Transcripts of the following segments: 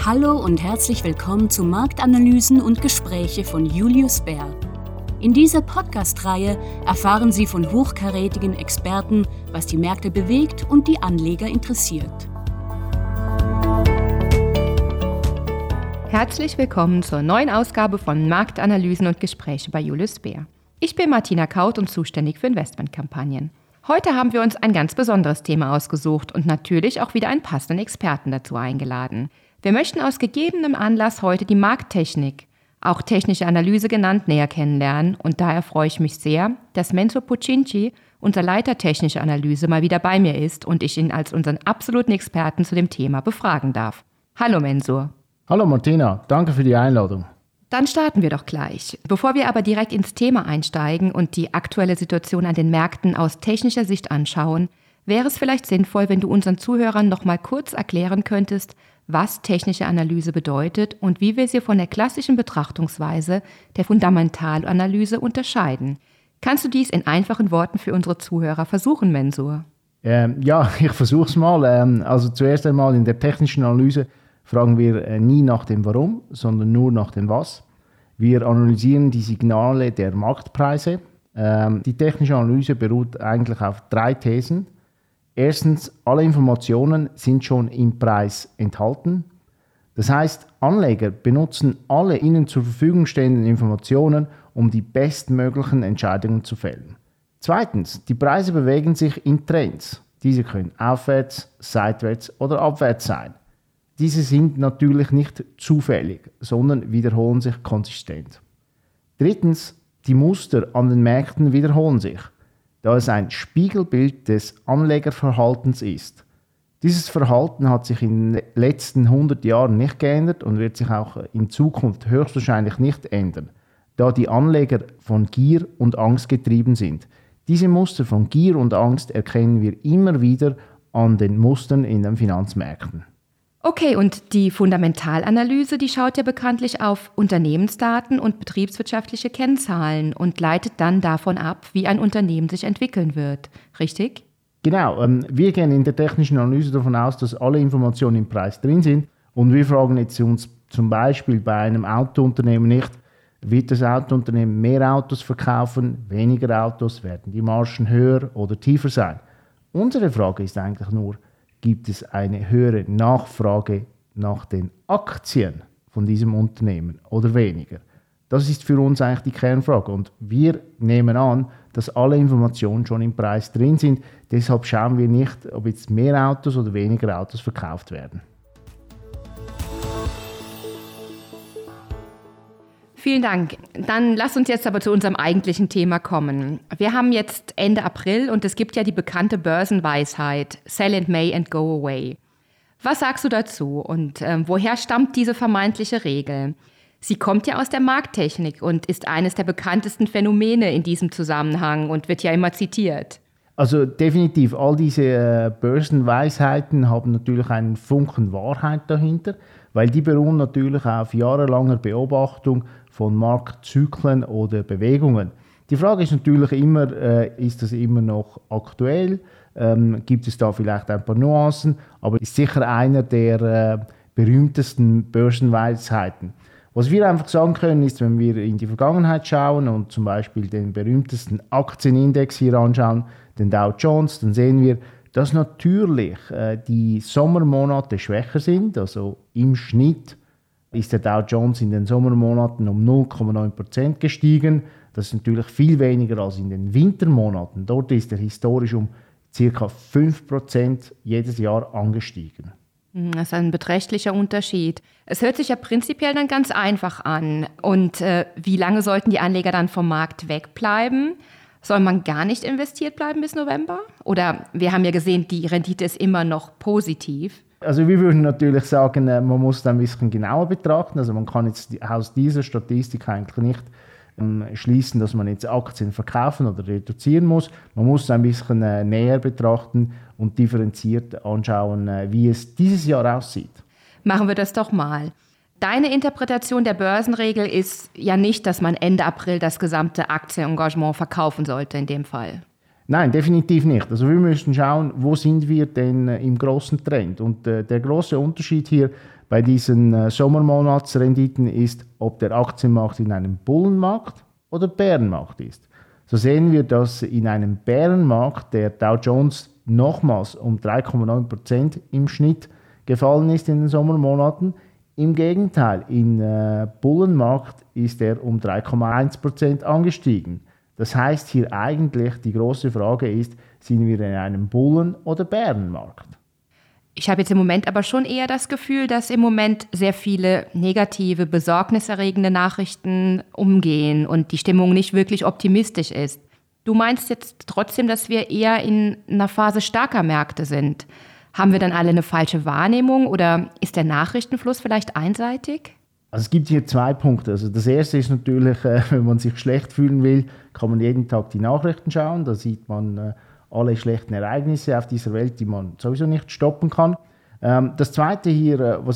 Hallo und herzlich willkommen zu Marktanalysen und Gespräche von Julius Baer. In dieser Podcast-Reihe erfahren Sie von hochkarätigen Experten, was die Märkte bewegt und die Anleger interessiert. Herzlich willkommen zur neuen Ausgabe von Marktanalysen und Gespräche bei Julius Baer. Ich bin Martina Kaut und zuständig für Investmentkampagnen. Heute haben wir uns ein ganz besonderes Thema ausgesucht und natürlich auch wieder einen passenden Experten dazu eingeladen. Wir möchten aus gegebenem Anlass heute die Markttechnik, auch technische Analyse genannt, näher kennenlernen und daher freue ich mich sehr, dass Mensur Pucinci, unser Leiter technische Analyse, mal wieder bei mir ist und ich ihn als unseren absoluten Experten zu dem Thema befragen darf. Hallo Mensur. Hallo Martina, danke für die Einladung. Dann starten wir doch gleich. Bevor wir aber direkt ins Thema einsteigen und die aktuelle Situation an den Märkten aus technischer Sicht anschauen, wäre es vielleicht sinnvoll, wenn du unseren Zuhörern noch mal kurz erklären könntest, was technische Analyse bedeutet und wie wir sie von der klassischen Betrachtungsweise der Fundamentalanalyse unterscheiden. Kannst du dies in einfachen Worten für unsere Zuhörer versuchen, Mensur? Ja, ich versuche es mal. Also zuerst einmal in der technischen Analyse fragen wir nie nach dem Warum, sondern nur nach dem Was. Wir analysieren die Signale der Marktpreise. Die technische Analyse beruht eigentlich auf 3 Thesen. Erstens, alle Informationen sind schon im Preis enthalten. Das heißt, Anleger benutzen alle ihnen zur Verfügung stehenden Informationen, um die bestmöglichen Entscheidungen zu fällen. Zweitens, die Preise bewegen sich in Trends. Diese können aufwärts, seitwärts oder abwärts sein. Diese sind natürlich nicht zufällig, sondern wiederholen sich konsistent. Drittens, die Muster an den Märkten wiederholen sich, da es ein Spiegelbild des Anlegerverhaltens ist. Dieses Verhalten hat sich in den letzten 100 Jahren nicht geändert und wird sich auch in Zukunft höchstwahrscheinlich nicht ändern, da die Anleger von Gier und Angst getrieben sind. Diese Muster von Gier und Angst erkennen wir immer wieder an den Mustern in den Finanzmärkten. Okay, und die Fundamentalanalyse, die schaut ja bekanntlich auf Unternehmensdaten und betriebswirtschaftliche Kennzahlen und leitet dann davon ab, wie ein Unternehmen sich entwickeln wird. Richtig? Genau, wir gehen in der technischen Analyse davon aus, dass alle Informationen im Preis drin sind und wir fragen jetzt uns zum Beispiel bei einem Autounternehmen nicht, wird das Autounternehmen mehr Autos verkaufen, weniger Autos, werden die Margen höher oder tiefer sein? Unsere Frage ist eigentlich nur, gibt es eine höhere Nachfrage nach den Aktien von diesem Unternehmen oder weniger? Das ist für uns eigentlich die Kernfrage und wir nehmen an, dass alle Informationen schon im Preis drin sind. Deshalb schauen wir nicht, ob jetzt mehr Autos oder weniger Autos verkauft werden. Vielen Dank. Dann lass uns jetzt aber zu unserem eigentlichen Thema kommen. Wir haben jetzt Ende April und es gibt ja die bekannte Börsenweisheit, Sell in May and go away. Was sagst du dazu und woher stammt diese vermeintliche Regel? Sie kommt ja aus der Markttechnik und ist eines der bekanntesten Phänomene in diesem Zusammenhang und wird ja immer zitiert. Also definitiv, all diese Börsenweisheiten haben natürlich einen Funken Wahrheit dahinter, weil die beruhen natürlich auf jahrelanger Beobachtung von Marktzyklen oder Bewegungen. Die Frage ist natürlich immer, ist das immer noch aktuell? Gibt es da vielleicht ein paar Nuancen? Aber ist sicher einer der berühmtesten Börsenweisheiten. Was wir einfach sagen können, ist, wenn wir in die Vergangenheit schauen und zum Beispiel den berühmtesten Aktienindex hier anschauen, den Dow Jones, dann sehen wir, dass natürlich die Sommermonate schwächer sind. Also im Schnitt ist der Dow Jones in den Sommermonaten um 0,9% gestiegen. Das ist natürlich viel weniger als in den Wintermonaten. Dort ist er historisch um ca. 5% jedes Jahr angestiegen. Das ist ein beträchtlicher Unterschied. Es hört sich ja prinzipiell dann ganz einfach an. Und wie lange sollten die Anleger dann vom Markt wegbleiben? Soll man gar nicht investiert bleiben bis November? Oder wir haben ja gesehen, die Rendite ist immer noch positiv. Also wir würden natürlich sagen, man muss es ein bisschen genauer betrachten. Also man kann jetzt aus dieser Statistik eigentlich nicht schließen, dass man jetzt Aktien verkaufen oder reduzieren muss. Man muss es ein bisschen näher betrachten und differenziert anschauen, wie es dieses Jahr aussieht. Machen wir das doch mal. Deine Interpretation der Börsenregel ist ja nicht, dass man Ende April das gesamte Aktienengagement verkaufen sollte in dem Fall. Nein, definitiv nicht. Also wir müssen schauen, wo sind wir denn im großen Trend. Und der große Unterschied hier bei diesen Sommermonatsrenditen ist, ob der Aktienmarkt in einem Bullenmarkt oder Bärenmarkt ist. So sehen wir, dass in einem Bärenmarkt der Dow Jones nochmals um 3,9% im Schnitt gefallen ist in den Sommermonaten. Im Gegenteil, im Bullenmarkt ist er um 3,1% angestiegen. Das heißt hier eigentlich, die große Frage ist, sind wir in einem Bullen- oder Bärenmarkt? Ich habe jetzt im Moment aber schon eher das Gefühl, dass im Moment sehr viele negative, besorgniserregende Nachrichten umgehen und die Stimmung nicht wirklich optimistisch ist. Du meinst jetzt trotzdem, dass wir eher in einer Phase starker Märkte sind. Haben wir dann alle eine falsche Wahrnehmung oder ist der Nachrichtenfluss vielleicht einseitig? Also es gibt hier 2 Punkte. Also das erste ist natürlich, wenn man sich schlecht fühlen will, kann man jeden Tag die Nachrichten schauen. Da sieht man alle schlechten Ereignisse auf dieser Welt, die man sowieso nicht stoppen kann. Das Zweite hier, was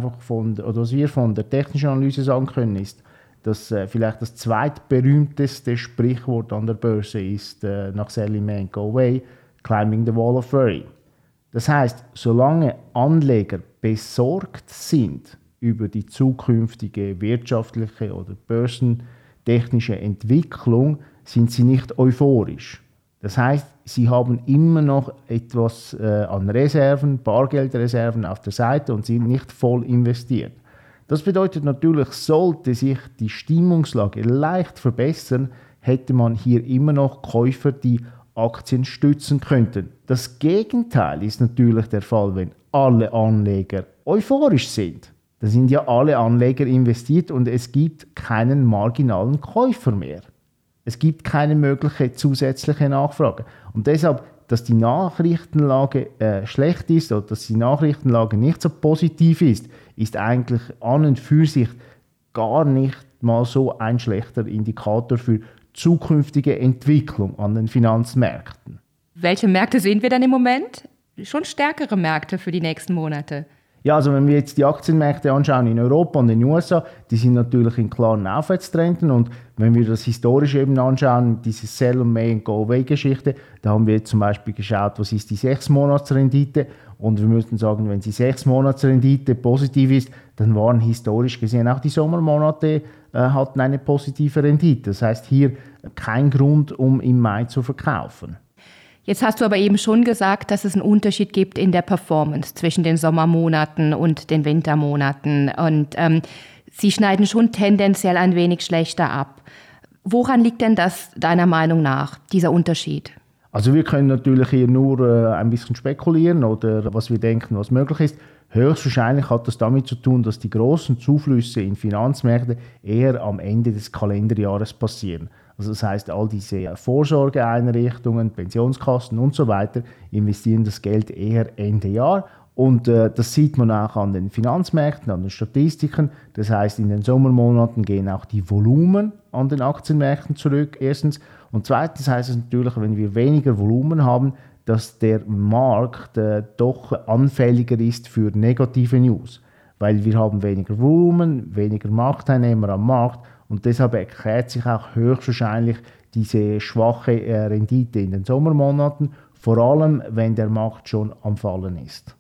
wir von der technischen Analyse sagen können, ist, dass vielleicht das zweitberühmteste Sprichwort an der Börse ist, nach Sally May and Go Away, Climbing the Wall of Worry. Das heißt, solange Anleger besorgt sind über die zukünftige wirtschaftliche oder börsentechnische Entwicklung, sind sie nicht euphorisch. Das heißt, sie haben immer noch etwas an Reserven, Bargeldreserven auf der Seite und sind nicht voll investiert. Das bedeutet natürlich, sollte sich die Stimmungslage leicht verbessern, hätte man hier immer noch Käufer, die Aktien stützen könnten. Das Gegenteil ist natürlich der Fall, wenn alle Anleger euphorisch sind. Da sind ja alle Anleger investiert und es gibt keinen marginalen Käufer mehr. Es gibt keine mögliche zusätzliche Nachfrage. Und deshalb, dass die Nachrichtenlage schlecht ist oder dass die Nachrichtenlage nicht so positiv ist eigentlich an und für sich gar nicht mal so ein schlechter Indikator für zukünftige Entwicklung an den Finanzmärkten. Welche Märkte sehen wir dann im Moment? Schon stärkere Märkte für die nächsten Monate. Ja, also wenn wir jetzt die Aktienmärkte anschauen in Europa und in den USA, die sind natürlich in klaren Aufwärtstrenden und wenn wir das historisch eben anschauen, diese Sell and May and Go Away Geschichte, da haben wir jetzt zum Beispiel geschaut, was ist die 6-Monats-Rendite und wir müssen sagen, wenn die 6-Monats-Rendite positiv ist, dann waren historisch gesehen auch die Sommermonate hatten eine positive Rendite. Das heißt hier kein Grund, um im Mai zu verkaufen. Jetzt hast du aber eben schon gesagt, dass es einen Unterschied gibt in der Performance zwischen den Sommermonaten und den Wintermonaten. Und sie schneiden schon tendenziell ein wenig schlechter ab. Woran liegt denn das deiner Meinung nach, dieser Unterschied? Also wir können natürlich hier nur ein bisschen spekulieren oder was wir denken, was möglich ist. Höchstwahrscheinlich hat das damit zu tun, dass die großen Zuflüsse in Finanzmärkte eher am Ende des Kalenderjahres passieren. Also das heißt, all diese Vorsorgeeinrichtungen, Pensionskassen und so weiter investieren das Geld eher Ende Jahr. Und das sieht man auch an den Finanzmärkten, an den Statistiken. Das heißt, in den Sommermonaten gehen auch die Volumen an den Aktienmärkten zurück, erstens. Und zweitens heißt es natürlich, wenn wir weniger Volumen haben, dass der Markt doch anfälliger ist für negative News. Weil wir haben weniger Volumen, weniger Marktteilnehmer am Markt und deshalb erklärt sich auch höchstwahrscheinlich diese schwache Rendite in den Sommermonaten, vor allem wenn der Markt schon am Fallen ist.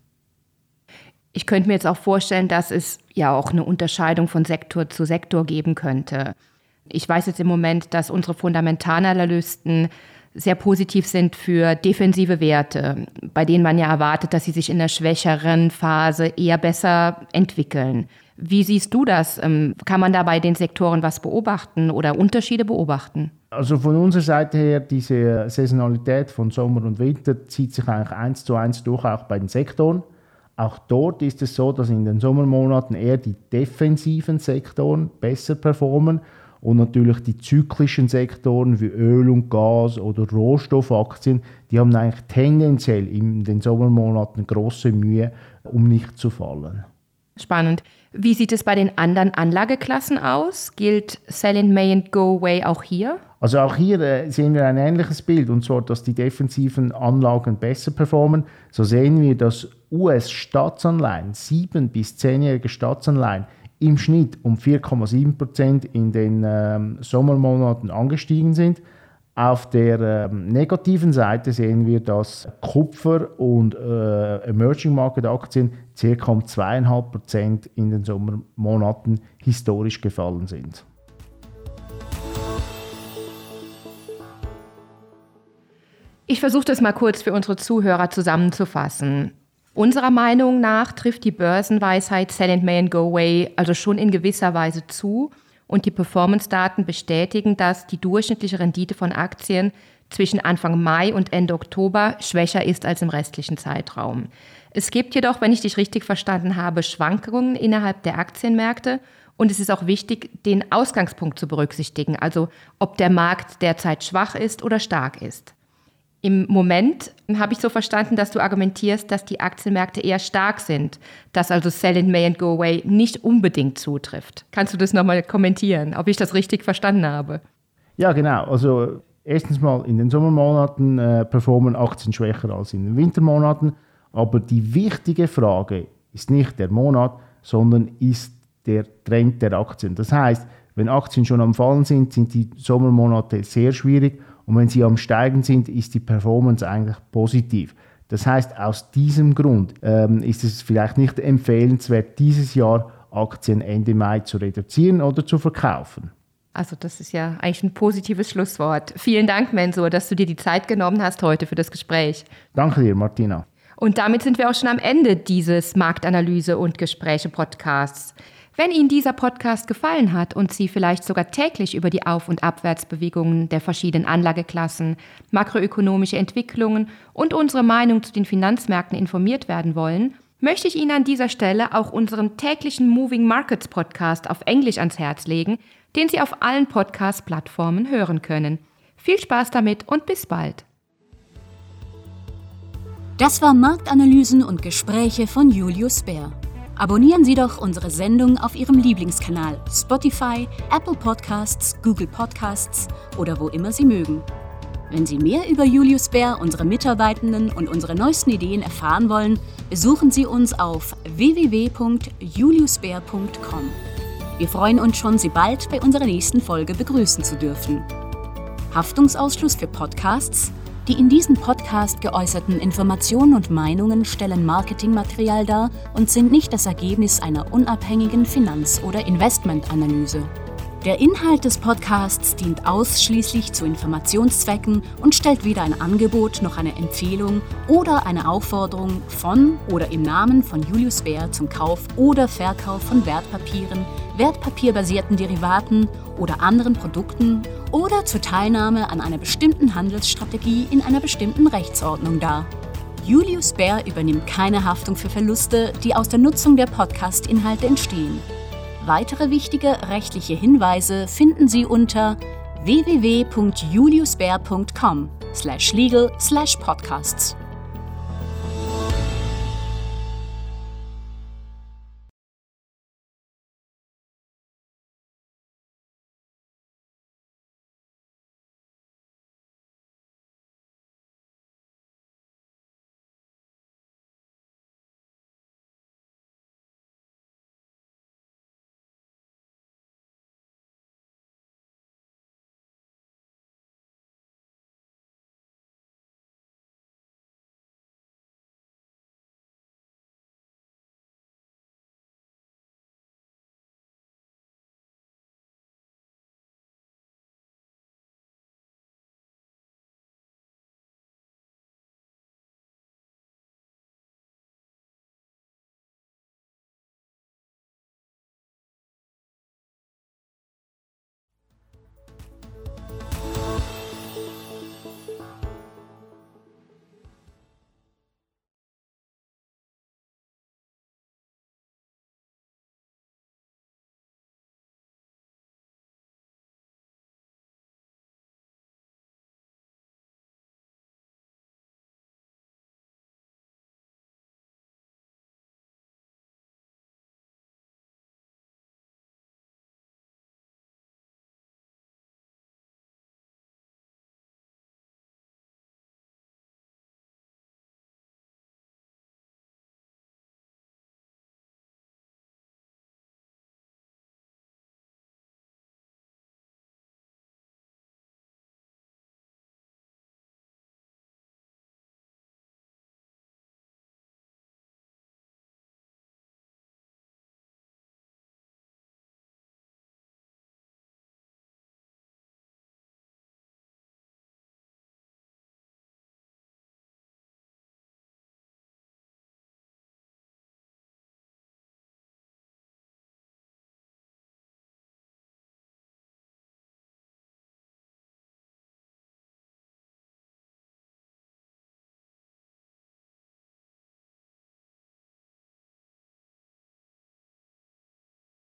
Ich könnte mir jetzt auch vorstellen, dass es ja auch eine Unterscheidung von Sektor zu Sektor geben könnte. Ich weiß jetzt im Moment, dass unsere Fundamentalanalysten sehr positiv sind für defensive Werte, bei denen man ja erwartet, dass sie sich in der schwächeren Phase eher besser entwickeln. Wie siehst du das? Kann man da bei den Sektoren was beobachten oder Unterschiede beobachten? Also von unserer Seite her, diese Saisonalität von Sommer und Winter zieht sich eigentlich 1:1 durch, auch bei den Sektoren. Auch dort ist es so, dass in den Sommermonaten eher die defensiven Sektoren besser performen und natürlich die zyklischen Sektoren wie Öl und Gas oder Rohstoffaktien, die haben eigentlich tendenziell in den Sommermonaten große Mühe, um nicht zu fallen. Spannend. Wie sieht es bei den anderen Anlageklassen aus? Gilt Sell and May and Go Away auch hier? Also auch hier sehen wir ein ähnliches Bild, und zwar, dass die defensiven Anlagen besser performen. So sehen wir, dass US-Staatsanleihen, 7- bis 10-jährige Staatsanleihen, im Schnitt um 4,7% in den Sommermonaten angestiegen sind. Auf der negativen Seite sehen wir, dass Kupfer- und Emerging-Market-Aktien ca. um 2,5% in den Sommermonaten historisch gefallen sind. Ich versuche das mal kurz für unsere Zuhörer zusammenzufassen. Unserer Meinung nach trifft die Börsenweisheit Sell and May and Go Away also schon in gewisser Weise zu und die Performance-Daten bestätigen, dass die durchschnittliche Rendite von Aktien zwischen Anfang Mai und Ende Oktober schwächer ist als im restlichen Zeitraum. Es gibt jedoch, wenn ich dich richtig verstanden habe, Schwankungen innerhalb der Aktienmärkte und es ist auch wichtig, den Ausgangspunkt zu berücksichtigen, also ob der Markt derzeit schwach ist oder stark ist. Im Moment habe ich so verstanden, dass du argumentierst, dass die Aktienmärkte eher stark sind, dass also Sell and May and Go Away nicht unbedingt zutrifft. Kannst du das nochmal kommentieren, ob ich das richtig verstanden habe? Ja, genau. Also erstens mal in den Sommermonaten performen Aktien schwächer als in den Wintermonaten. Aber die wichtige Frage ist nicht der Monat, sondern ist der Trend der Aktien. Das heißt, wenn Aktien schon am Fallen sind, sind die Sommermonate sehr schwierig. Und wenn sie am Steigen sind, ist die Performance eigentlich positiv. Das heißt, aus diesem Grund ist es vielleicht nicht empfehlenswert, dieses Jahr Aktien Ende Mai zu reduzieren oder zu verkaufen. Also das ist ja eigentlich ein positives Schlusswort. Vielen Dank, Mensur, dass du dir die Zeit genommen hast heute für das Gespräch. Danke dir, Martina. Und damit sind wir auch schon am Ende dieses Marktanalyse- und Gespräche-Podcasts. Wenn Ihnen dieser Podcast gefallen hat und Sie vielleicht sogar täglich über die Auf- und Abwärtsbewegungen der verschiedenen Anlageklassen, makroökonomische Entwicklungen und unsere Meinung zu den Finanzmärkten informiert werden wollen, möchte ich Ihnen an dieser Stelle auch unseren täglichen Moving Markets Podcast auf Englisch ans Herz legen, den Sie auf allen Podcast-Plattformen hören können. Viel Spaß damit und bis bald. Das war Marktanalysen und Gespräche von Julius Baer. Abonnieren Sie doch unsere Sendung auf Ihrem Lieblingskanal Spotify, Apple Podcasts, Google Podcasts oder wo immer Sie mögen. Wenn Sie mehr über Julius Baer, unsere Mitarbeitenden und unsere neuesten Ideen erfahren wollen, besuchen Sie uns auf www.juliusbaer.com. Wir freuen uns schon, Sie bald bei unserer nächsten Folge begrüßen zu dürfen. Haftungsausschluss für Podcasts. Die in diesem Podcast geäußerten Informationen und Meinungen stellen Marketingmaterial dar und sind nicht das Ergebnis einer unabhängigen Finanz- oder Investmentanalyse. Der Inhalt des Podcasts dient ausschließlich zu Informationszwecken und stellt weder ein Angebot noch eine Empfehlung oder eine Aufforderung von oder im Namen von Julius Baer zum Kauf oder Verkauf von Wertpapieren, wertpapierbasierten Derivaten oder anderen Produkten oder zur Teilnahme an einer bestimmten Handelsstrategie in einer bestimmten Rechtsordnung dar. Julius Baer übernimmt keine Haftung für Verluste, die aus der Nutzung der Podcast-Inhalte entstehen. Weitere wichtige rechtliche Hinweise finden Sie unter www.juliusbaer.com/legal/podcasts.